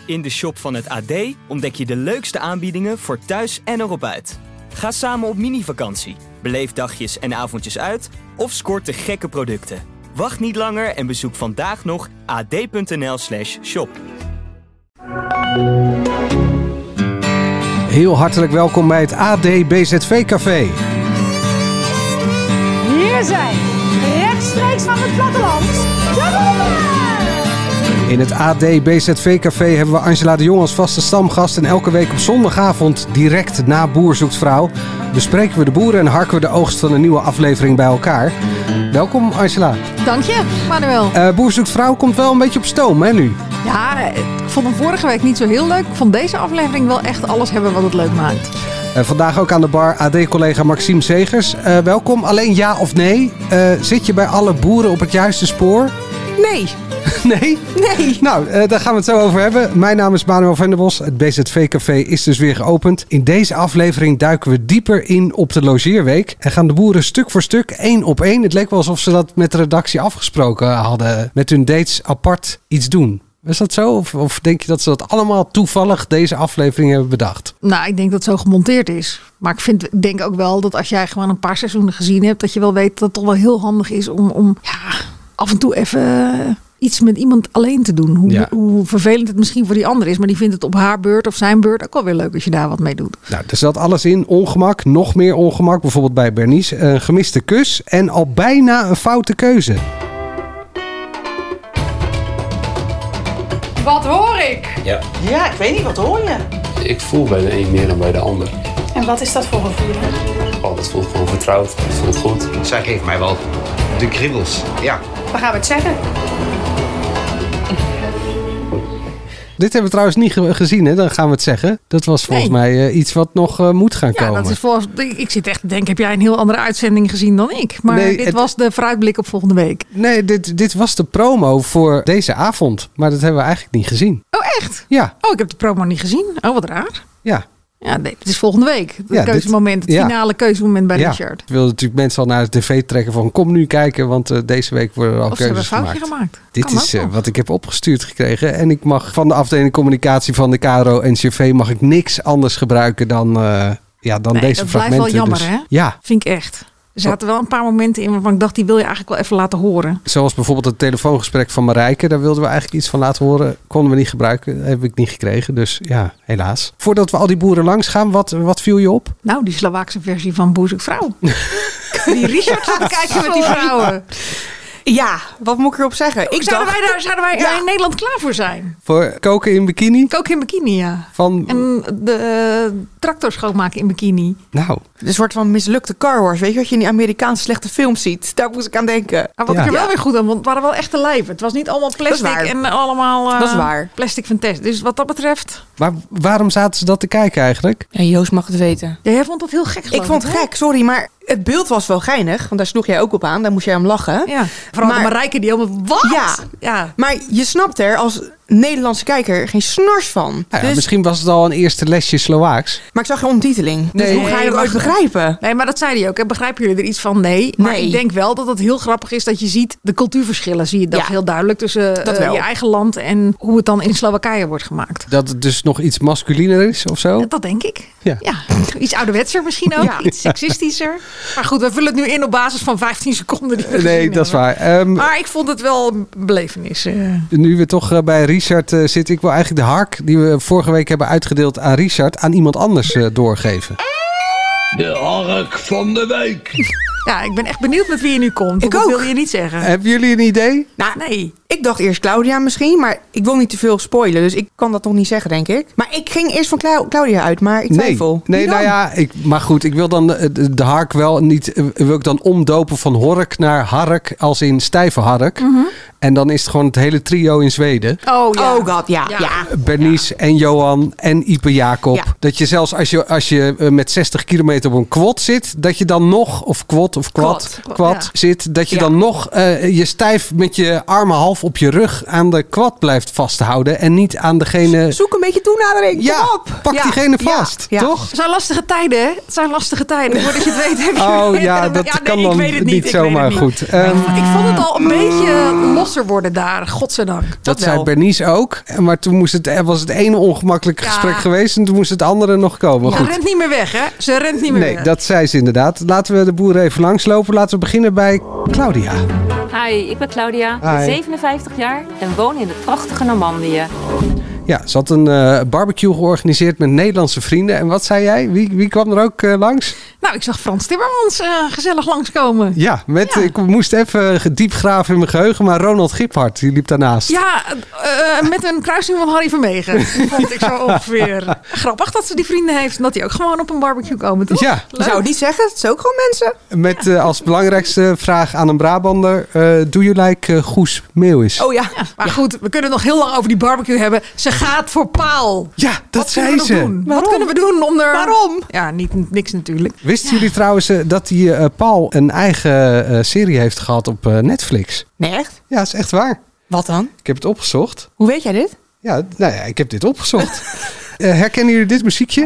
In de shop van het AD ontdek je de leukste aanbiedingen voor thuis en erop uit. Ga samen op mini-vakantie, beleef dagjes en avondjes uit of scoort de gekke producten. Wacht niet langer en bezoek vandaag nog ad.nl/shop. Heel hartelijk welkom bij het AD BZV Café. Hier zijn, rechtstreeks van het platteland, de boeren! In het AD BZV Café hebben we Angela de Jong als vaste stamgast. En elke week op zondagavond, direct na Boer Zoekt Vrouw, bespreken we de boeren en harken we de oogst van een nieuwe aflevering bij elkaar. Welkom Angela. Dank je, Manuel. Boer Zoekt Vrouw komt wel een beetje op stoom, hè nu? Ja, ik vond hem vorige week niet zo heel leuk. Ik vond deze aflevering wel echt alles hebben wat het leuk maakt. Vandaag ook aan de bar AD-collega Maxime Zegers. Welkom, alleen ja of nee? Zit je bij alle boeren op het juiste spoor? Nee. Nee? Nee. Nou, daar gaan we het zo over hebben. Mijn naam is Manuel Venderbos. Het BZV-café is dus weer geopend. In deze aflevering duiken we dieper in op de logeerweek. En gaan de boeren stuk voor stuk, 1 op 1. Het leek wel alsof ze dat met de redactie afgesproken hadden. Met hun dates apart iets doen. Is dat zo? Of denk je dat ze dat allemaal toevallig deze aflevering hebben bedacht? Nou, ik denk dat het zo gemonteerd is. Maar ik denk ook wel dat als jij gewoon een paar seizoenen gezien hebt, dat je wel weet dat het toch wel heel handig is om af en toe even iets met iemand alleen te doen. Hoe vervelend het misschien voor die ander is. Maar die vindt het op haar beurt of zijn beurt ook wel weer leuk als je daar wat mee doet. Nou, er zat alles in. Ongemak, nog meer ongemak. Bijvoorbeeld bij Bernice. Een gemiste kus en al bijna een foute keuze. Wat hoor ik? Ja, ik weet niet, wat hoor je? Ik voel bij de een meer dan bij de ander. En wat is dat voor gevoel? Oh, dat voelt gewoon vertrouwd. Dat voelt goed. Zij geeft mij wel de kriebels, ja. Dan gaan we het zeggen. Dit hebben we trouwens niet gezien, hè? Dan gaan we het zeggen. Dat was volgens mij iets wat nog moet gaan komen. Dat is ik zit echt te denken, heb jij een heel andere uitzending gezien dan ik? Maar nee, dit was de vooruitblik op volgende week. Nee, dit was de promo voor deze avond. Maar dat hebben we eigenlijk niet gezien. Oh, echt? Ja. Oh, ik heb de promo niet gezien. Oh, wat raar. Ja. Ja, nee, het is volgende week. Het keuzemoment, het finale keuzemoment bij Richard. Ik wilde natuurlijk mensen al naar de tv trekken van kom nu kijken, want deze week worden er al keuzes gemaakt. Of ze hebben een foutje gemaakt. Dit is wat ik heb opgestuurd gekregen. En ik mag van de afdeling communicatie van de KRO-NCRV mag ik niks anders gebruiken dan deze fragmenten. Dat blijft wel jammer, hè? Ja. Vind ik echt. Er zaten wel een paar momenten in waarvan ik dacht, die wil je eigenlijk wel even laten horen. Zoals bijvoorbeeld het telefoongesprek van Marijke. Daar wilden we eigenlijk iets van laten horen. Konden we niet gebruiken. Heb ik niet gekregen. Dus ja, helaas. Voordat we al die boeren langs gaan, wat viel je op? Nou, die Slovaakse versie van Boer Zoekt Vrouw. Die Richard gaat kijken met die vrouwen. Ja, wat moet ik erop zeggen? Zouden wij in Nederland klaar voor zijn? Voor koken in bikini? Koken in bikini, ja. En de tractor schoonmaken in bikini. Nou. Een soort van mislukte Car Wars. Weet je wat je in die Amerikaanse slechte films ziet? Daar moest ik aan denken. Maar wat ik er wel weer goed aan, want het waren wel echte lijven. Het was niet allemaal plastic en allemaal dat is waar. Plastic van test. Dus wat dat betreft. Maar waarom zaten ze dat te kijken eigenlijk? Ja, Joost mag het weten. Ja, jij vond dat heel gek, Ik vond het gek, sorry, maar het beeld was wel geinig. Want daar sloeg jij ook op aan. Daar moest jij om lachen. Ja, vooral de Marijke die helemaal, wat? Ja, maar je snapt er als Nederlandse kijker geen snors van. Ja, dus misschien was het al een eerste lesje Slovaaks. Maar ik zag geen ondertiteling. Dus hoe ga je dat ooit begrijpen? Nee, maar dat zei hij ook. Begrijpen jullie er iets van? Nee. Maar ik denk wel dat het heel grappig is dat je ziet de cultuurverschillen. Zie je dat heel duidelijk tussen je eigen land en hoe het dan in Slowakije wordt gemaakt. Dat het dus nog iets masculiner is of zo? Dat denk ik. Ja. Iets ouderwetser misschien ook. Ja. Iets sexistischer. Maar goed, we vullen het nu in op basis van 15 seconden. Die we nee, dat is waar. Maar ik vond het wel een belevenis. Nu we toch bij Richard zitten, ik wil eigenlijk de hark die we vorige week hebben uitgedeeld aan Richard aan iemand anders doorgeven. De hark van de week. Ja, ik ben echt benieuwd met wie je nu komt. Dat wil je niet zeggen. Hebben jullie een idee? Nou, nee. Ik dacht eerst Claudia misschien, maar ik wil niet te veel spoilen. Dus ik kan dat nog niet zeggen, denk ik. Maar ik ging eerst van Claudia uit, maar ik twijfel. Nee, nou ja, maar goed, ik wil dan de hark wel niet, wil ik dan omdopen van hork naar hark, als in stijve hark. Mm-hmm. En dan is het gewoon het hele trio in Zweden. Oh god, ja. Bernice en Johan en Ipe Jacob. Ja. Dat je zelfs als je met 60 kilometer op een quad zit, dat je dan nog, of quad zit, dat je dan nog je stijf met je armen half zelf op je rug aan de kwad blijft vasthouden en niet aan degene... Zoek een beetje toenadering. Ja, Kom op. pak diegene vast, toch? Het zijn lastige tijden, hè? Het zijn lastige tijden. Voordat je het weet heb je... Oh ja, dat kan dan niet zomaar goed. Ik vond het al een beetje losser worden daar, godzijdank. Dat zei Bernice ook. Maar toen was het ene ongemakkelijke gesprek geweest en toen moest het andere nog komen. Ze rent niet meer weg, hè? Ze rent niet meer weg. Nee, dat zei ze inderdaad. Laten we de boeren even langslopen. Laten we beginnen bij Claudia. Hi, ik ben Claudia, 57 jaar en woon in het prachtige Normandië. Ja, ze had een barbecue georganiseerd met Nederlandse vrienden. En wat zei jij? Wie kwam er ook langs? Nou, ik zag Frans Timmermans gezellig langskomen. Ja, ik moest even diep graven in mijn geheugen, maar Ronald Giphart, die liep daarnaast. Ja, met een kruising van Harry Vermegen. Die vond ik zo ongeveer. Grappig dat ze die vrienden heeft en dat die ook gewoon op een barbecue komen, toch? Ja. Je zou het niet zeggen, het zijn ook gewoon mensen. Met als belangrijkste vraag aan een Brabander, do you like Goes Meeuwis? Oh ja. Maar goed, we kunnen nog heel lang over die barbecue hebben. Ze gaat voor Paul. Ja, dat zei ze. Wat kunnen we doen om er... Waarom? Ja, niks natuurlijk. Wisten jullie trouwens dat die Paul een eigen serie heeft gehad op Netflix? Nee, echt? Ja, dat is echt waar. Wat dan? Ik heb het opgezocht. Hoe weet jij dit? Ja, nou ja, ik heb dit opgezocht. Herkennen jullie dit muziekje?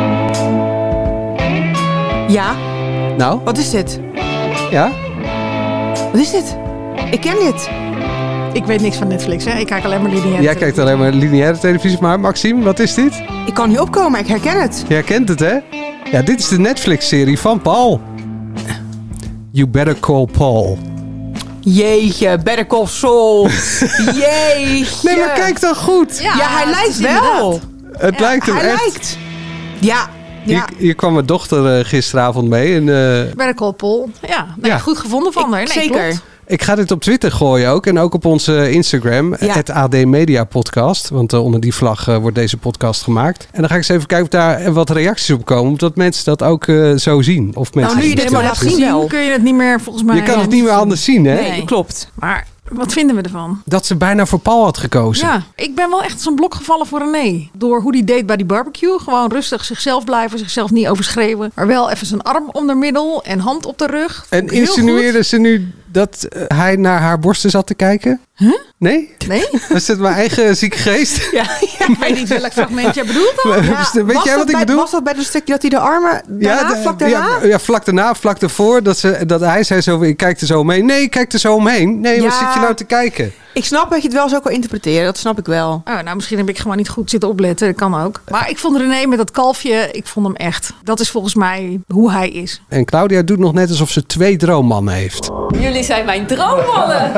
Ja. Nou? Wat is dit? Ja? Wat is dit? Ik ken dit. Ik weet niks van Netflix, hè? Ik kijk alleen maar lineaire Jij kijkt alleen maar lineaire televisie, maar Maxime, wat is dit? Ik kan niet opkomen, maar ik herken het. Je herkent het, hè? Ja, dit is de Netflix-serie van Paul. You Better Call Paul. Jeetje, Better Call Saul. Jeetje. Nee, maar kijk dan goed. Ja, hij lijkt wel. Het lijkt hem echt. Lijkt. Ja. Hier kwam mijn dochter gisteravond mee. En, Better Call Paul. Ja, goed gevonden van haar. Nee, zeker. Klopt. Ik ga dit op Twitter gooien ook. En ook op onze Instagram. Het AD Media Podcast. Want onder die vlag wordt deze podcast gemaakt. En dan ga ik eens even kijken of daar wat reacties op komen. Omdat mensen dat ook zo zien. Of mensen nu je dit maar hebt gezien, kun je het niet meer volgens mij... Je kan het niet meer anders zien, hè? Nee, klopt. Maar wat vinden we ervan? Dat ze bijna voor Paul had gekozen. Ja, ik ben wel echt zo'n blok gevallen voor René. Door hoe die deed bij die barbecue. Gewoon rustig zichzelf blijven, zichzelf niet overschreeuwen. Maar wel even zijn arm om de middel en hand op de rug. En insinueerde ze nu dat hij naar haar borsten zat te kijken? Huh? Nee? Was het mijn eigen zieke geest? Ja, ik weet niet welk fragment jij bedoelt dan. Weet jij wat ik bedoel? Was dat bij het stukje dat hij de armen vlak daarna? Ja, vlak daarna, vlak daarvoor. Dat hij zei zo, ik kijk er zo omheen. Nee, ik kijk er zo omheen. Nee, wat zit je nou te kijken? Ik snap dat je het wel zo kan interpreteren. Dat snap ik wel. Oh, nou, misschien heb ik gewoon niet goed zitten opletten. Dat kan ook. Maar ik vond René met dat kalfje, ik vond hem echt. Dat is volgens mij hoe hij is. En Claudia doet nog net alsof ze 2 droommannen heeft. Jullie zijn mijn droommannen.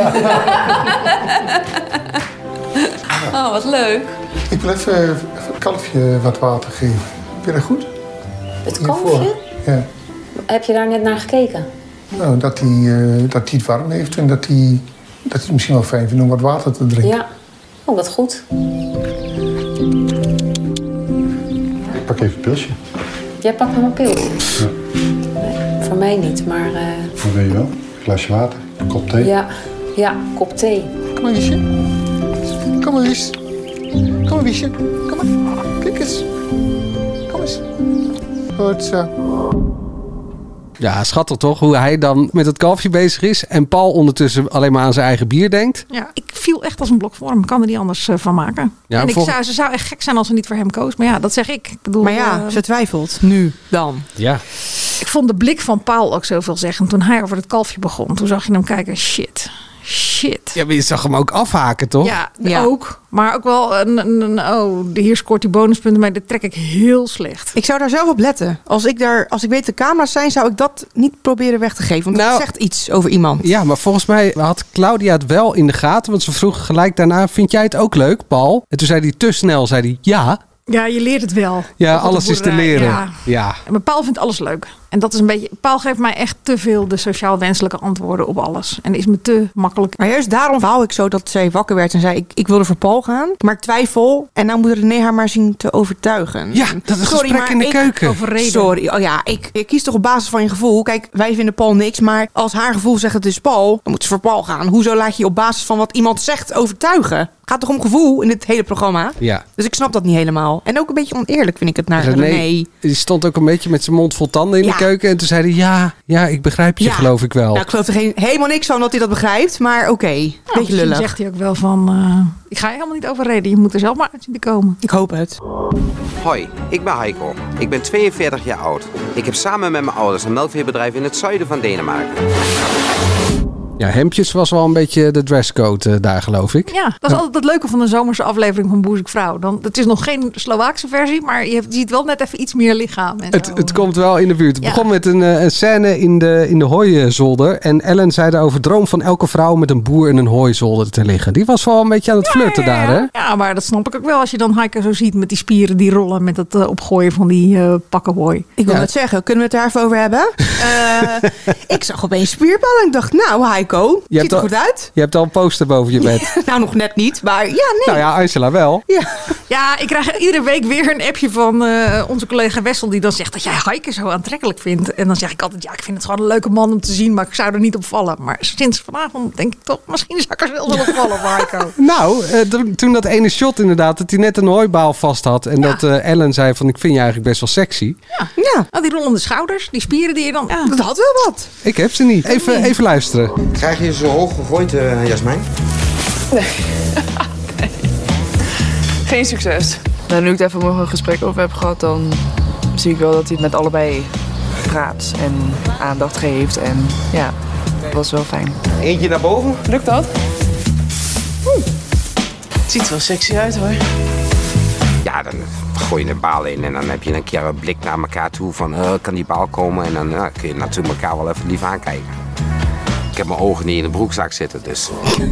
Oh, wat leuk. Ik wil even het kalfje wat water geven. Vind je dat goed? Het kalfje? Ja. Heb je daar net naar gekeken? Nou, dat hij het warm heeft en dat hij het misschien wel fijn vindt om wat water te drinken. Ja. Oh, wat goed. Ik pak even een pilsje. Jij pakt nog een pilsje? Ja. Nee, voor mij niet, maar... Voor mij wel. Een glasje water, een kop thee. Ja, kop thee. Kom maar, Wiesje. Kom maar, Wies. Kom maar, Wiesje. Kom maar. Kijk eens. Kom eens. Goed zo. Ja, schattig toch? Hoe hij dan met het kalfje bezig is. En Paul ondertussen alleen maar aan zijn eigen bier denkt. Ja, ik viel echt als een blok voor hem. Ik kan er niet anders van maken. Ja, en ze zou echt gek zijn als ze niet voor hem koos. Maar ja, dat zeg ik. Bedoel, maar ja, ze twijfelt. Nu dan. Ja. Ik vond de blik van Paul ook zoveel zeggen. Toen hij over het kalfje begon. Toen zag je hem kijken. Shit. Ja, maar je zag hem ook afhaken, toch? Ja. Ook. Maar ook wel hier scoort die bonuspunten mee. Dat trek ik heel slecht. Ik zou daar zelf op letten. Als ik weet de camera's zijn, zou ik dat niet proberen weg te geven. Want het zegt iets over iemand. Ja, maar volgens mij had Claudia het wel in de gaten. Want ze vroeg gelijk daarna, vind jij het ook leuk, Paul? En toen zei hij te snel, ja. Ja, je leert het wel. Ja, alles is te leren. Ja. Maar Paul vindt alles leuk. En dat is een beetje... Paul geeft mij echt te veel de sociaal wenselijke antwoorden op alles. En is me te makkelijk. Maar juist daarom wou ik zo dat zij wakker werd en zei... Ik wilde voor Paul gaan, maar ik twijfel. En nou moet René haar maar zien te overtuigen. Ja, dat is een gesprek in de keuken. Sorry. Oh ja, ik kies toch op basis van je gevoel. Kijk, wij vinden Paul niks. Maar als haar gevoel zegt het is Paul, dan moet ze voor Paul gaan. Hoezo laat je op basis van wat iemand zegt overtuigen? Het gaat toch om gevoel in dit hele programma? Ja. Dus ik snap dat niet helemaal. En ook een beetje oneerlijk vind ik het naar René. Die stond ook een beetje met zijn mond vol tanden in de keuken. En toen zei hij, ja, ik begrijp je, geloof ik wel. Nou, ik geloof er helemaal niks van dat hij dat begrijpt. Maar oké, beetje lullig. Zegt hij ook wel van, ik ga je helemaal niet overreden. Je moet er zelf maar uit zien te komen. Ik hoop het. Hoi, ik ben Heiko. Ik ben 42 jaar oud. Ik heb samen met mijn ouders een melkveebedrijf in het zuiden van Denemarken. Ja, hemdjes was wel een beetje de dresscode daar, geloof ik. Ja, dat is altijd het leuke van de zomerse aflevering van Boer Zoekt Vrouw. Het is nog geen Slovaakse versie, maar je ziet wel net even iets meer lichaam. Het komt wel in de buurt. Het begon met een scène in de hooizolder. En Ellen zei daarover: droom van elke vrouw met een boer in een hooizolder te liggen. Die was wel een beetje aan het flirten daar, hè? Ja, maar dat snap ik ook wel als je dan Heiko zo ziet met die spieren die rollen met het opgooien van die pakkenhooi. Ik wil het zeggen, kunnen we het daar even over hebben? Ik zag opeens spierballen en ik dacht, nou Heiko, ziet er goed uit. Je hebt al een poster boven je bed. Nou, nog net niet, maar ja, nee. Nou ja, Angela wel. Ja, ik krijg iedere week weer een appje van onze collega Wessel die dan zegt dat jij Heiko zo aantrekkelijk vindt. En dan zeg ik altijd, ik vind het gewoon een leuke man om te zien, maar ik zou er niet op vallen. Maar sinds vanavond denk ik toch, misschien zou ik er zelfs wel op vallen voor Heiko. Nou, toen dat ene shot inderdaad, dat hij net een hooibaal vast had. En dat Ellen zei van, ik vind je eigenlijk best wel sexy. Ja. Oh, die rollende schouders, die spieren die je dan... Dat had wel wat. Ik heb ze niet. Even luisteren. Krijg je zo hoog gegooid, Jasmijn? Nee. Geen succes. Nou, nu ik daar vanmorgen een gesprek over heb gehad, dan zie ik wel dat hij het met allebei praat en aandacht geeft. En ja, dat was wel fijn. Eentje naar boven. Lukt dat? Het ziet er wel sexy uit, hoor. Ja, dan gooi je een baal in en dan heb je een keer een blik naar elkaar toe van, kan die baal komen? En dan kun je natuurlijk elkaar wel even lief aankijken. Ik heb mijn ogen niet in de broekzak zitten, dus...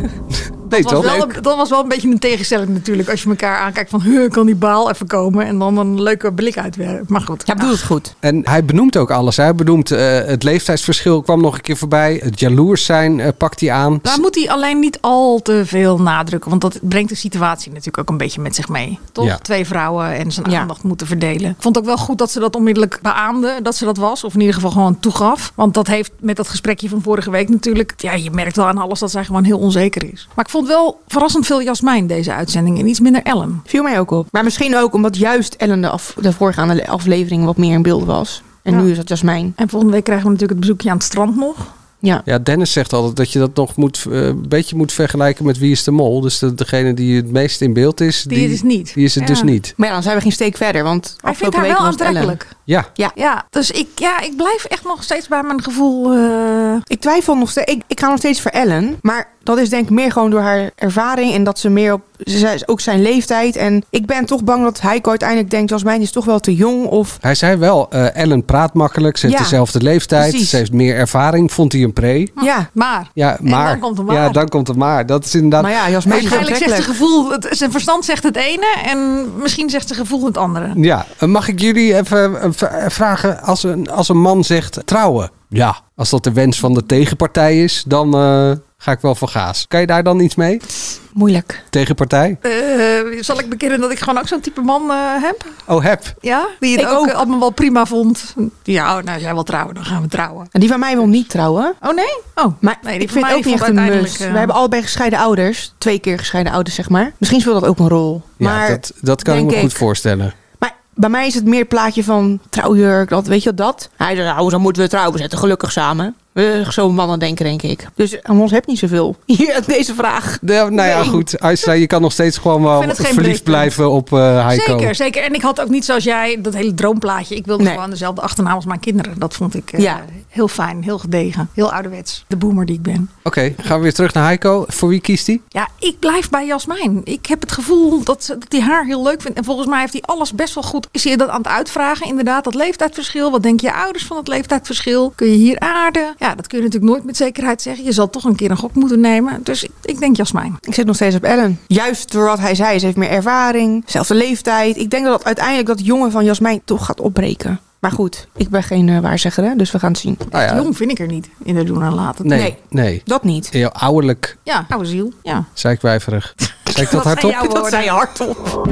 Nee, dat was wel een beetje een tegenstelling natuurlijk. Als je elkaar aankijkt van, kan die baal even komen. En dan een leuke blik uitwerpen. Maar goed. Ja, doe het goed. En hij benoemt ook alles. Hij benoemt het leeftijdsverschil, kwam nog een keer voorbij. Het jaloers zijn pakt hij aan. Daar moet hij alleen niet al te veel nadrukken. Want dat brengt de situatie natuurlijk ook een beetje met zich mee. Toch? Ja. 2 vrouwen en zijn aandacht moeten verdelen. Ik vond ook wel goed dat ze dat onmiddellijk beaamde. Dat ze dat was. Of in ieder geval gewoon toegaf. Want dat heeft met dat gesprekje van vorige week natuurlijk... Ja, je merkt wel aan alles dat zij gewoon heel onzeker is. Maar ik vond wel verrassend veel Jasmijn deze uitzending en iets minder Ellen. Viel mij ook op. Maar misschien ook omdat juist Ellen de voorgaande aflevering wat meer in beeld was. En nu is dat Jasmijn. En volgende week krijgen we natuurlijk het bezoekje aan het strand nog. Ja, Dennis zegt altijd dat je dat nog een beetje moet vergelijken met Wie is de Mol. Dus degene die het meest in beeld is, die is het niet. Die is het dus niet. Maar ja, dan zijn we geen steek verder, want hij vindt haar wel aantrekkelijk. Ja. Dus ik blijf echt nog steeds bij mijn gevoel. Ik twijfel nog steeds. Ik ga nog steeds voor Ellen. Maar dat is denk ik meer gewoon door haar ervaring en dat ze meer op... Ze is ook zijn leeftijd. En ik ben toch bang dat Heiko uiteindelijk denkt, Jasmijn is toch wel te jong. Of... Hij zei wel, Ellen praat makkelijk. Ze heeft dezelfde leeftijd. Precies. Ze heeft meer ervaring. Vond hij een pre. Ja, maar. Ja, maar. En dan komt er maar. Ja, dan komt er maar. Dat is inderdaad... Maar ja, Jasmijn waarschijnlijk zegt zijn gevoel... Zijn verstand zegt het ene en misschien zegt zijn gevoel het andere. Ja, mag ik jullie even vragen als een man zegt trouwen? Ja, als dat de wens van de tegenpartij is, dan ga ik wel van gaas. Kan je daar dan iets mee? Moeilijk. Tegenpartij? Zal ik bekennen dat ik gewoon ook zo'n type man heb? Oh, heb? Ja, die het ook allemaal wel prima vond. Ja, nou, als jij wil trouwen, dan gaan we trouwen. En die van mij wil niet trouwen. Oh nee? Oh, maar nee, ik vind het ook niet echt een must. We hebben allebei gescheiden ouders. 2 keer gescheiden ouders, zeg maar. Misschien speelt dat ook een rol. Maar ja, dat kan ik me goed voorstellen. Maar bij mij is het meer het plaatje van trouwjurk. Dat, weet je dat? Hij zei, nou, dan moeten we trouwen. We zetten gelukkig samen. Zo'n mannen denken, denk ik. Dus aan ons heb niet zoveel. Hier, deze vraag. Nou ja, goed. Aisha, je kan nog steeds gewoon wel verliefd blijven op Heiko. Zeker. En ik had ook niet zoals jij dat hele droomplaatje. Ik wilde gewoon dezelfde achternaam als mijn kinderen. Dat vond ik heel fijn, heel gedegen. Heel ouderwets. De boomer die ik ben. Oké, gaan we weer terug naar Heiko. Voor wie kiest hij? Ja, ik blijf bij Jasmijn. Ik heb het gevoel dat hij haar heel leuk vindt. En volgens mij heeft hij alles best wel goed. Is hij dat aan het uitvragen? Inderdaad, dat leeftijdsverschil. Wat denken je ouders van het leeftijdsverschil? Kun je hier aarden? Ja, dat kun je natuurlijk nooit met zekerheid zeggen. Je zal toch een keer een gok moeten nemen. Dus ik denk Jasmijn. Ik zit nog steeds op Ellen. Juist door wat hij zei. Ze heeft meer ervaring. Zelfde leeftijd. Ik denk dat uiteindelijk dat jongen van Jasmijn toch gaat opbreken. Maar goed, ik ben geen waarzegger, hè, dus we gaan het zien. Jong vind ik er niet in de doen en laten. Nee. Dat niet. Heel ouderlijk. Ja, oude ziel. Ja. Zeikwijverig. Zeg ik dat hardop? Dat zei je hardop.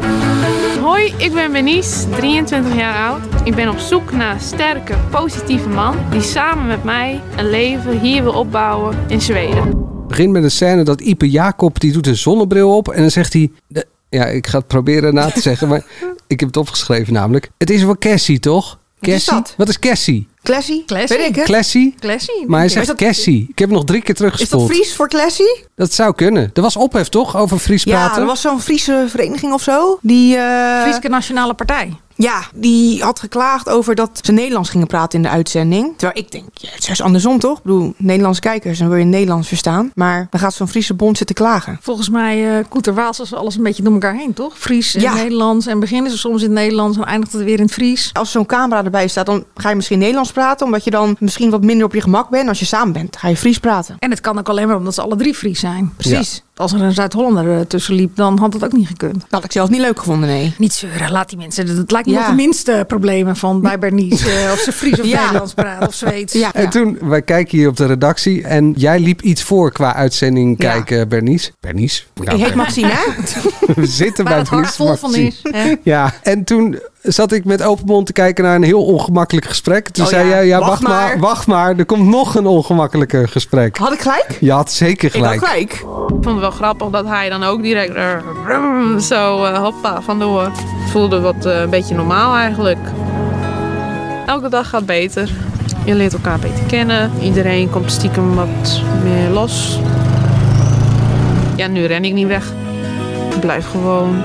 Hoi, ik ben Benice, 23 jaar oud. Ik ben op zoek naar een sterke, positieve man die samen met mij een leven hier wil opbouwen in Zweden. Het begint met een scène dat Ipe Jacob, die doet een zonnebril op en dan zegt hij... Ja, ik ga het proberen na te zeggen, maar ik heb het opgeschreven namelijk. Het is wel Cassie, toch? Cassie? Wat is Cassie? Classy? Weet ik het. Classy? Classy. Maar hij zegt Cassie. Ik heb het nog 3 keer teruggespoeld. Is dat Fries voor Classy? Dat zou kunnen. Er was ophef toch over Fries praten? Ja, er was zo'n Friese vereniging of zo. Die, Frieske Nationale Partij. Ja, die had geklaagd over dat ze Nederlands gingen praten in de uitzending. Terwijl ik denk, het is andersom toch? Ik bedoel, Nederlandse kijkers en wil je Nederlands verstaan. Maar dan gaat zo'n Friese bond zitten klagen. Volgens mij Koeter Waals alles een beetje door elkaar heen, toch? Fries en Nederlands. En beginnen ze soms in het Nederlands en eindigt het weer in het Fries. Als zo'n camera erbij staat, dan ga je misschien Nederlands praten. Omdat je dan misschien wat minder op je gemak bent. Als je samen bent, ga je Fries praten. En het kan ook alleen maar omdat ze alle 3 Fries zijn. Precies. Ja. Als er een Zuid-Hollander tussen liep, dan had het ook niet gekund. Dat had ik zelf niet leuk gevonden, nee. Niet zeuren, laat die mensen. Het lijkt me nog de minste problemen van bij Bernice. Of ze Fries of Nederlands praten of Zweeds. Ja. En toen, wij kijken hier op de redactie. En jij liep iets voor qua uitzending kijken, Bernice. Bernice? Ik heet Maxine, hè? We zitten bij het hart vol van is. Ja, en toen zat ik met open mond te kijken naar een heel ongemakkelijk gesprek. Toen zei jij, wacht maar. Er komt nog een ongemakkelijker gesprek. Had ik gelijk? Je had zeker gelijk. Ik had gelijk. Ik vond het wel grappig dat hij dan ook direct zo hoppa vandoor. Het voelde wat een beetje normaal eigenlijk. Elke dag gaat beter. Je leert elkaar beter kennen. Iedereen komt stiekem wat meer los. Ja, nu ren ik niet weg. Ik blijf gewoon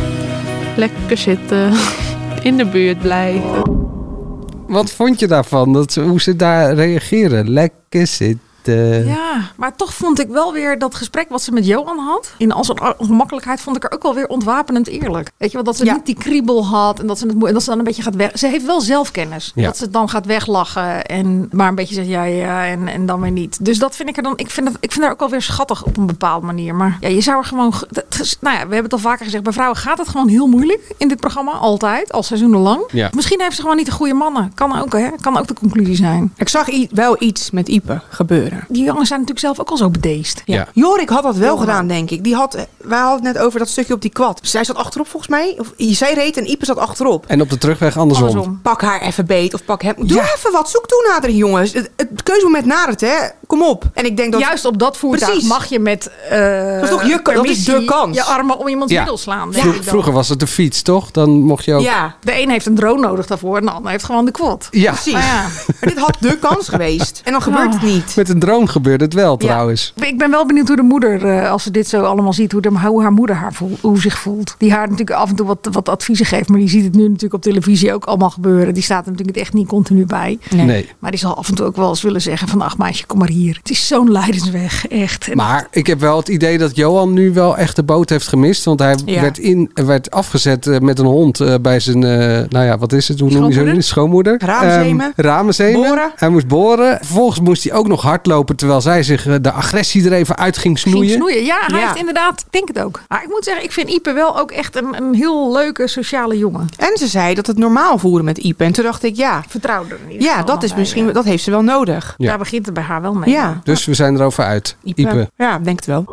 lekker zitten. In de buurt blijven. Wat vond je daarvan? Hoe ze daar reageren? Lekker zitten. Ja, maar toch vond ik wel weer dat gesprek wat ze met Johan had. In al zijn ongemakkelijkheid vond ik er ook wel weer ontwapenend eerlijk. Weet je wel, dat ze niet die kriebel had. En dat ze dan een beetje gaat weg. Ze heeft wel zelfkennis. Ja. Dat ze het dan gaat weglachen. En maar een beetje zegt ja en dan weer niet. Dus dat vind ik er dan. Ik vind haar ook wel weer schattig op een bepaalde manier. Maar ja, je zou er gewoon. Nou ja, we hebben het al vaker gezegd. Bij vrouwen gaat het gewoon heel moeilijk in dit programma. Altijd. Al seizoenen lang. Ja. Misschien heeft ze gewoon niet de goede mannen. Kan ook, hè? Kan ook de conclusie zijn. Ik zag wel iets met Ipe gebeuren. Die jongens zijn natuurlijk zelf ook al zo bedeesd. Ja. Jorik had dat wel gedaan, denk ik. Wij hadden het net over dat stukje op die quad. Zij zat achterop volgens mij. Of zij reed en Ipe zat achterop. En op de terugweg andersom. Pak haar even beet of pak hem. Doe even wat. Zoek toenadering, jongens. Het keuzemoment nadert, hè. Kom op. En ik denk dat... Juist op dat voertuig mag je met... dat is toch dat is de kans. Je armen om iemands middel slaan. Vroeger was het de fiets, toch? Dan mocht je ook... Ja. De een heeft een drone nodig daarvoor en de ander heeft gewoon de quad. Ja. Precies. Maar dit had de kans geweest. En dan gebeurt het niet. Met een drone gebeurt het wel, trouwens. Ik ben wel benieuwd hoe de moeder, als ze dit zo allemaal ziet, hoe haar moeder hoe zich voelt. Die haar natuurlijk af en toe wat adviezen geeft. Maar die ziet het nu natuurlijk op televisie ook allemaal gebeuren. Die staat er natuurlijk echt niet continu bij. Nee. Maar die zal af en toe ook wel eens willen zeggen van, ach meisje, kom maar hier. Het is zo'n lijdensweg, echt. Maar ik heb wel het idee dat Johan nu wel echt de boot heeft gemist. Want hij werd afgezet met een hond bij zijn, wat is het? Hoe noem je zo? Schoonmoeder. Ramenzemen. Boren. Hij moest boren. Vervolgens moest hij ook nog hardlopen terwijl zij zich de agressie er even uit ging snoeien. Ja, hij heeft inderdaad, ik denk het ook. Maar ik moet zeggen, ik vind Ipe wel ook echt een heel leuke sociale jongen. En ze zei dat het normaal voelde met Ipe. En toen dacht ik, vertrouwde er niet. Ja, dat is misschien, dat heeft ze wel nodig. Ja. Daar begint het bij haar wel mee. Ja. Dus we zijn erover uit. Ipe. Ja, ik denk het wel.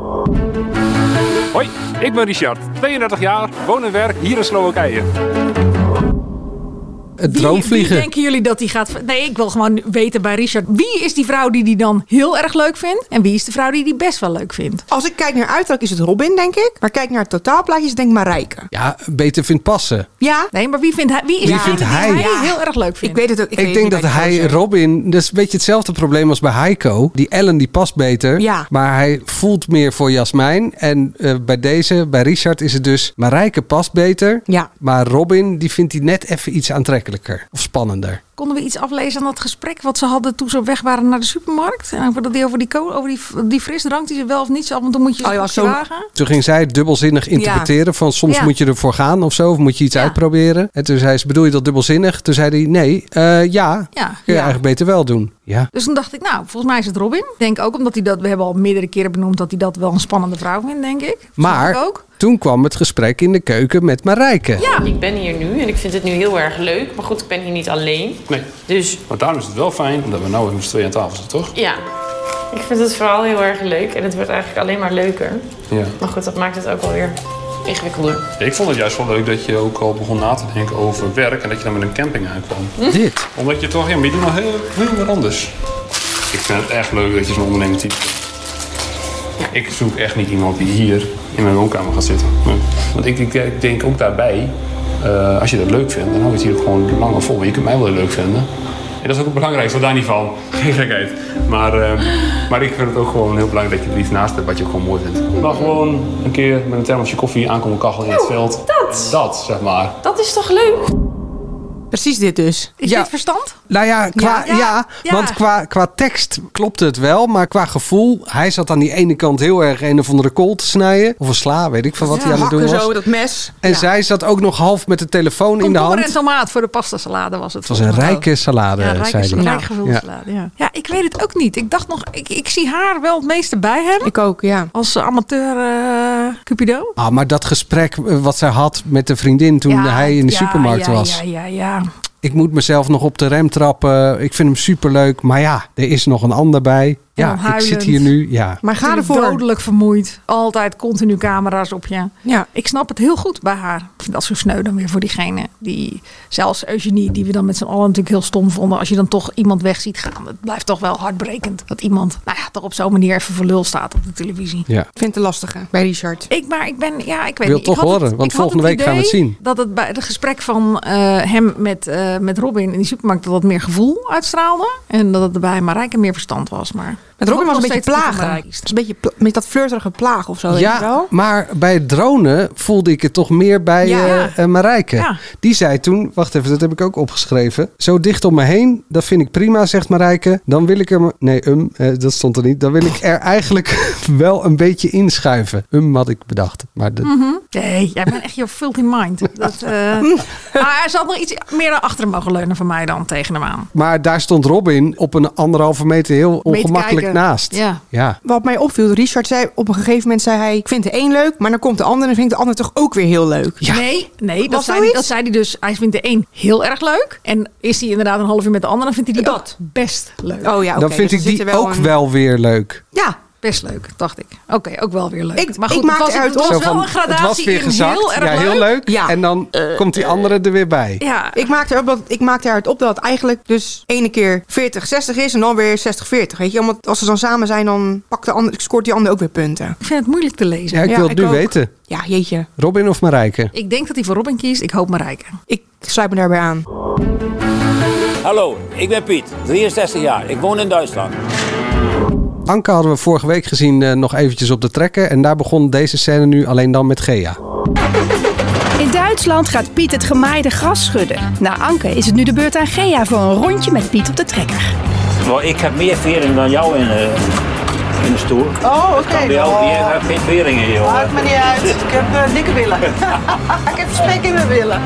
Hoi, ik ben Richard, 32 jaar, woon en werk hier in Slowakije. Het droomvliegen. Wie denken jullie dat hij gaat... Nee, ik wil gewoon weten bij Richard. Wie is die vrouw die hij dan heel erg leuk vindt? En wie is de vrouw die hij best wel leuk vindt? Als ik kijk naar uiterlijk is het Robin, denk ik. Maar kijk naar het totaalplaatje is het denk ik Marijke. Ja, beter vindt passen. Ja. Nee, maar wie vindt hij? Wie is die hij heel erg leuk vindt? Ik weet het ook. Ik denk dat hij Robin... Dat is een beetje hetzelfde probleem als bij Heiko. Die Ellen die past beter. Ja. Maar hij voelt meer voor Jasmijn. En bij Richard is het dus... Marijke past beter. Ja. Maar Robin die vindt hij net even iets aantrekkelijker. Of spannender. Konden we iets aflezen aan dat gesprek wat ze hadden toen ze weg waren naar de supermarkt? En over die frisdrank die ze wel of niet af en toe moet je wagen. Toen ging zij dubbelzinnig interpreteren van soms moet je ervoor gaan of zo. Of moet je iets uitproberen. En toen zei ze, bedoel je dat dubbelzinnig? Toen zei hij, nee, kun je eigenlijk beter wel doen. Ja. Dus toen dacht ik, nou, volgens mij is het Robin. Ik denk ook omdat hij dat, we hebben al meerdere keren benoemd dat hij dat wel een spannende vrouw vindt, denk ik. Maar toen kwam het gesprek in de keuken met Marijke. Ja, ik ben hier nu en ik vind het nu heel erg leuk. Maar goed, ik ben hier niet alleen. Nee, dus... maar daarom is het wel fijn dat we nou met z'n tweeën aan tafel zitten, toch? Ja, ik vind het vooral heel erg leuk. En het wordt eigenlijk alleen maar leuker. Ja. Maar goed, dat maakt het ook wel weer ingewikkelder. Ik vond het juist wel leuk dat je ook al begon na te denken over werk. En dat je dan met een camping aankwam. Dit? Omdat je toch, maar je doet nog heel wat anders. Ik vind het echt leuk dat je zo'n ondernemend type bent. Ja. Ik zoek echt niet iemand die hier in mijn woonkamer gaat zitten. Nee. Want ik denk ook daarbij, Als je dat leuk vindt, dan hou je het hier gewoon langer vol. Maar je kunt mij wel leuk vinden. En dat is ook het belangrijkste, daar niet van. Geen gekheid. Maar ik vind het ook gewoon heel belangrijk dat je er iets naast hebt wat je ook gewoon mooi vindt. Maar gewoon een keer met een thermosje koffie aankomen kachelen in het veld. Dat, zeg maar. Dat is toch leuk? Precies dit dus. Is dit verstand? Nou ja, want qua tekst klopt het wel. Maar qua gevoel, hij zat aan die ene kant heel erg een of andere kool te snijden. Of een sla, weet ik van wat hij aan het doen was. Zo, dat mes. En zij zat ook nog half met de telefoon in de hand. Komkommer en tomaat voor de pasta salade was het. Het was een rijke salade, zei hij. Rijk gevulde salade, ja, ik weet het ook niet. Ik dacht nog, ik zie haar wel het meeste bij hem. Ik ook, ja. Als amateur Cupido. Maar dat gesprek wat zij had met de vriendin toen hij in de supermarkt was. Ja. Ik moet mezelf nog op de rem trappen. Ik vind hem superleuk. Maar ja, er is nog een ander bij. Ja, ik zit hier nu. Ja. Maar ga ervoor. Dodelijk vermoeid. Altijd continu camera's op je. Ja, ik snap het heel goed bij haar. Ik vind dat zo sneu dan weer voor diegene die, zelfs Eugenie, die we dan met z'n allen natuurlijk heel stom vonden. Als je dan toch iemand weg ziet gaan. Het blijft toch wel hartbrekend. Dat iemand, toch op zo'n manier even voor lul staat op de televisie. Ja. Ik vind het lastige bij Richard. Ik weet wil niet. Toch horen, want volgende week gaan we het zien. Dat het bij het gesprek van hem met Robin in die supermarkt dat meer gevoel uitstraalde. En dat het bij Marijke meer verstand was. Maar met Robin was een beetje plagen. Het was een beetje met dat flirterige plaag of zo. Ja, weet je wel? Maar bij het dronen voelde ik het toch meer bij Marijke. Ja. Die zei toen, wacht even, dat heb ik ook opgeschreven. Zo dicht om me heen, dat vind ik prima, zegt Marijke. Dan wil ik er... Nee, dat stond er niet. Dan wil ik er eigenlijk wel een beetje inschuiven. Had ik bedacht. Maar Nee, jij bent echt je filthy mind. Maar hij zat nog iets meer naar achteren mogen leunen van mij dan tegen hem aan. Maar daar stond Robin op een 1,5 meter heel ongemakkelijk naast. Ja. Wat mij opviel, Richard zei op een gegeven moment zei hij, ik vind de een leuk, maar dan komt de ander en vind ik de ander toch ook weer heel leuk. Ja. Nee, dat zei hij dus. Hij vindt de een heel erg leuk. En is hij inderdaad een half uur met de ander, dan vindt hij die ook best leuk. Oh ja, okay. Dan vind ik die ook wel weer leuk. Ja. Best leuk, dacht ik. Oké, ook wel weer leuk. Maar goed, het was wel een gradatie. Het was weer gezakt. Heel erg heel leuk. Ja. En dan komt die andere er weer bij. Ja. Ik maakte eruit op dat het eigenlijk dus ene keer 40-60 is en dan weer 60-40. Weet je, omdat als ze dan samen zijn, dan scoort die ander ook weer punten. Ik vind het moeilijk te lezen. Ja, ik wil het nu weten. Ja, jeetje. Robin of Marijke? Ik denk dat hij voor Robin kiest. Ik hoop Marijke. Ik sluit me daarbij aan. Hallo, ik ben Piet, 63 jaar. Ik woon in Duitsland. Anke hadden we vorige week gezien nog eventjes op de trekker. En daar begon deze scène nu alleen dan met Gea. In Duitsland gaat Piet het gemaaide gras schudden. Na Anke is het nu de beurt aan Gea voor een rondje met Piet op de trekker. Nou, ik heb meer veringen dan jou in de stoel. Oh, oké. Die heeft geen veringen, joh. Maakt me niet uit. Ik heb dikke billen. Ik heb spek in mijn billen.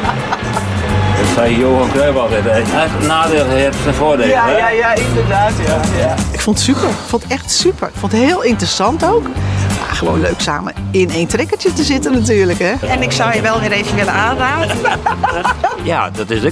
Dat zei Johan Cruijff altijd. Het nadeel heeft zijn voordeel. Ja, inderdaad. Ja. Ik vond het super. Ik vond het echt super. Ik vond het heel interessant ook. Maar gewoon leuk samen in één trekkertje te zitten natuurlijk. Hè? En ik zou je wel weer even willen aanraden. Ja,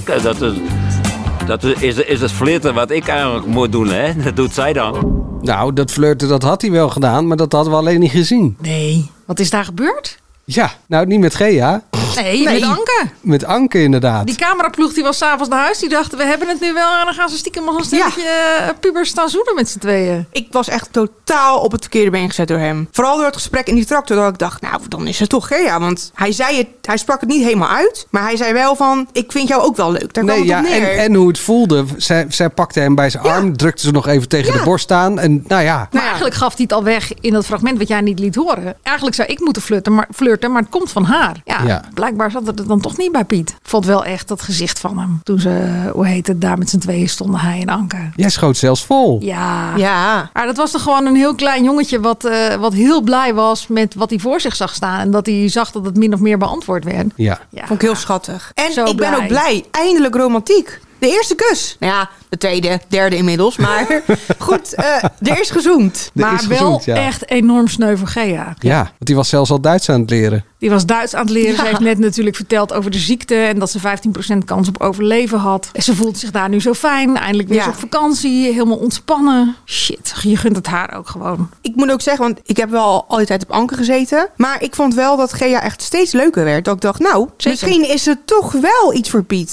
dat is het flirten wat ik eigenlijk moet doen. Hè? Dat doet zij dan. Nou, dat flirten dat had hij wel gedaan. Maar dat hadden we alleen niet gezien. Nee. Wat is daar gebeurd? Ja, nou niet met Gea. Nee, met Anke. Met Anke inderdaad. Die cameraploeg die was 's avonds naar huis. Die dachten, we hebben het nu wel. En dan gaan ze stiekem als een stelletje pubers staan zoenen met z'n tweeën. Ik was echt totaal op het verkeerde been gezet door hem. Vooral door het gesprek in die tractor. Dat ik dacht, nou, dan is het toch Gea. Want hij sprak het niet helemaal uit. Maar hij zei wel van, ik vind jou ook wel leuk. Daar kwam het op neer. En hoe het voelde. Zij pakte hem bij zijn arm. Drukte ze nog even tegen de borst aan. En nou ja. Maar eigenlijk gaf hij het al weg in dat fragment wat jij niet liet horen. Eigenlijk zou ik moeten flirten, maar het komt van haar. Ja. Blijkbaar zat het dan toch niet bij Piet. Ik vond wel echt dat gezicht van hem. Toen ze, daar met z'n tweeën stonden, hij en Anke. Jij schoot zelfs vol. Ja. Maar dat was toch gewoon een heel klein jongetje wat heel blij was met wat hij voor zich zag staan. En dat hij zag dat het min of meer beantwoord werd. Ja. Vond ik heel schattig. En Zo ik ben ook blij. Eindelijk romantiek. De eerste kus. Nou ja, de tweede, derde inmiddels. Maar goed, er is gezoomd. Maar wel echt enorm sneu voor Gea. Ja, want die was zelfs al Duits aan het leren. Die was Duits aan het leren. Ze heeft net natuurlijk verteld over de ziekte. En dat ze 15% kans op overleven had. En ze voelt zich daar nu zo fijn. Eindelijk weer op vakantie. Helemaal ontspannen. Shit, je gunt het haar ook gewoon. Ik moet ook zeggen, want ik heb wel al die tijd op Anke gezeten. Maar ik vond wel dat Gea echt steeds leuker werd. Dat ik dacht, nou, misschien is het toch wel iets voor Piet. Ja.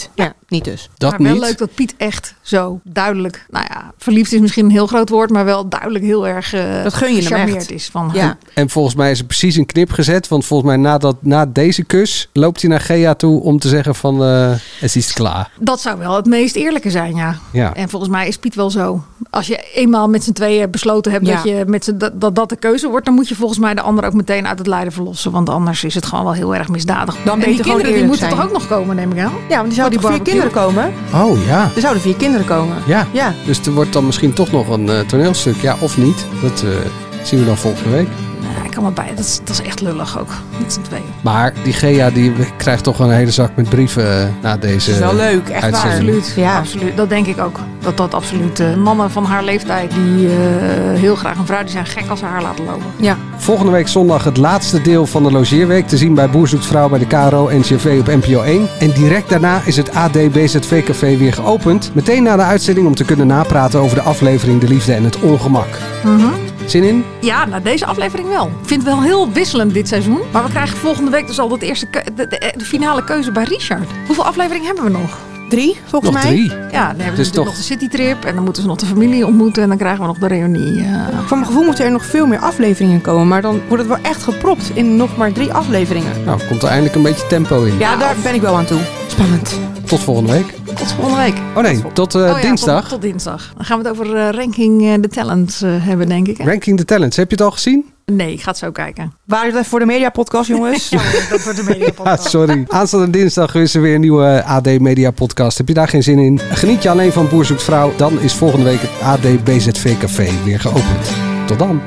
niet dus. Dat maar wel niet. leuk dat Piet echt zo duidelijk, verliefd is misschien een heel groot woord, maar wel duidelijk heel erg dat gun je hem gecharmeerd echt. is van Ja. En volgens mij is er precies een knip gezet. Want volgens mij na deze kus loopt hij naar Gea toe om te zeggen van het is klaar. Dat zou wel het meest eerlijke zijn, ja. En volgens mij is Piet wel zo. Als je eenmaal met z'n tweeën besloten hebt dat je dat de keuze wordt, dan moet je volgens mij de ander ook meteen uit het lijden verlossen. Want anders is het gewoon wel heel erg misdadig. Dan en die kinderen die moeten zijn. toch ook nog komen, neem ik aan? Ja, want er zouden 4 kinderen komen. Oh ja. Er zouden 4 kinderen komen. Ja. Dus er wordt dan misschien toch nog een toneelstuk. Ja, of niet. Dat zien we dan volgende week. Ik kan me bij. Dat is echt lullig ook. Met z'n tweeën. Maar die Gea die krijgt toch een hele zak met brieven na deze. Dat is wel leuk, echt waar. Absoluut. Ja. Absoluut. Dat denk ik ook. Dat absoluut. Mannen van haar leeftijd die heel graag een vrouw, die zijn gek als ze haar laten lopen. Ja. Volgende week zondag het laatste deel van de logeerweek te zien bij Boer zoekt vrouw bij de KRO NCRV op NPO 1. En direct daarna is het AD BZV Café weer geopend. Meteen na de uitzending om te kunnen napraten over de aflevering De Liefde en het Ongemak. Zin in? Ja, deze aflevering wel. Ik vind het wel heel wisselend dit seizoen. Maar we krijgen volgende week dus al dat eerste de finale keuze bij Richard. Hoeveel afleveringen hebben we nog? 3, volgens mij. 3? Ja, dan hebben we dus nog de citytrip. En dan moeten ze nog de familie ontmoeten. En dan krijgen we nog de reunie. Voor mijn gevoel moeten er nog veel meer afleveringen komen. Maar dan wordt het wel echt gepropt in nog maar 3 afleveringen. Nou, komt er eindelijk een beetje tempo in. Ja, daar ben ik wel aan toe. Spannend. Tot volgende week. Tot volgende week. Oh nee, tot dinsdag. Tot dinsdag. Dan gaan we het over Ranking the Talent hebben, denk ik. Hè? Ranking the Talents. Heb je het al gezien? Nee, ik ga het zo kijken. Waar is dat voor de Media Podcast, jongens? Ja, dat wordt de Media Podcast. Sorry. Aanstaande dinsdag is er weer een nieuwe AD Media Podcast. Heb je daar geen zin in? Geniet je alleen van Boer zoekt vrouw? Dan is volgende week het AD BZV Café weer geopend. Tot dan.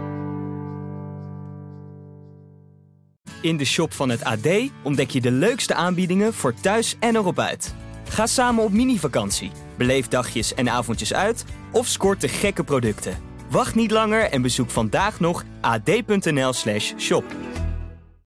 In de shop van het AD ontdek je de leukste aanbiedingen voor thuis en erop uit. Ga samen op mini-vakantie, beleef dagjes en avondjes uit of scoort de gekke producten. Wacht niet langer en bezoek vandaag nog ad.nl/shop.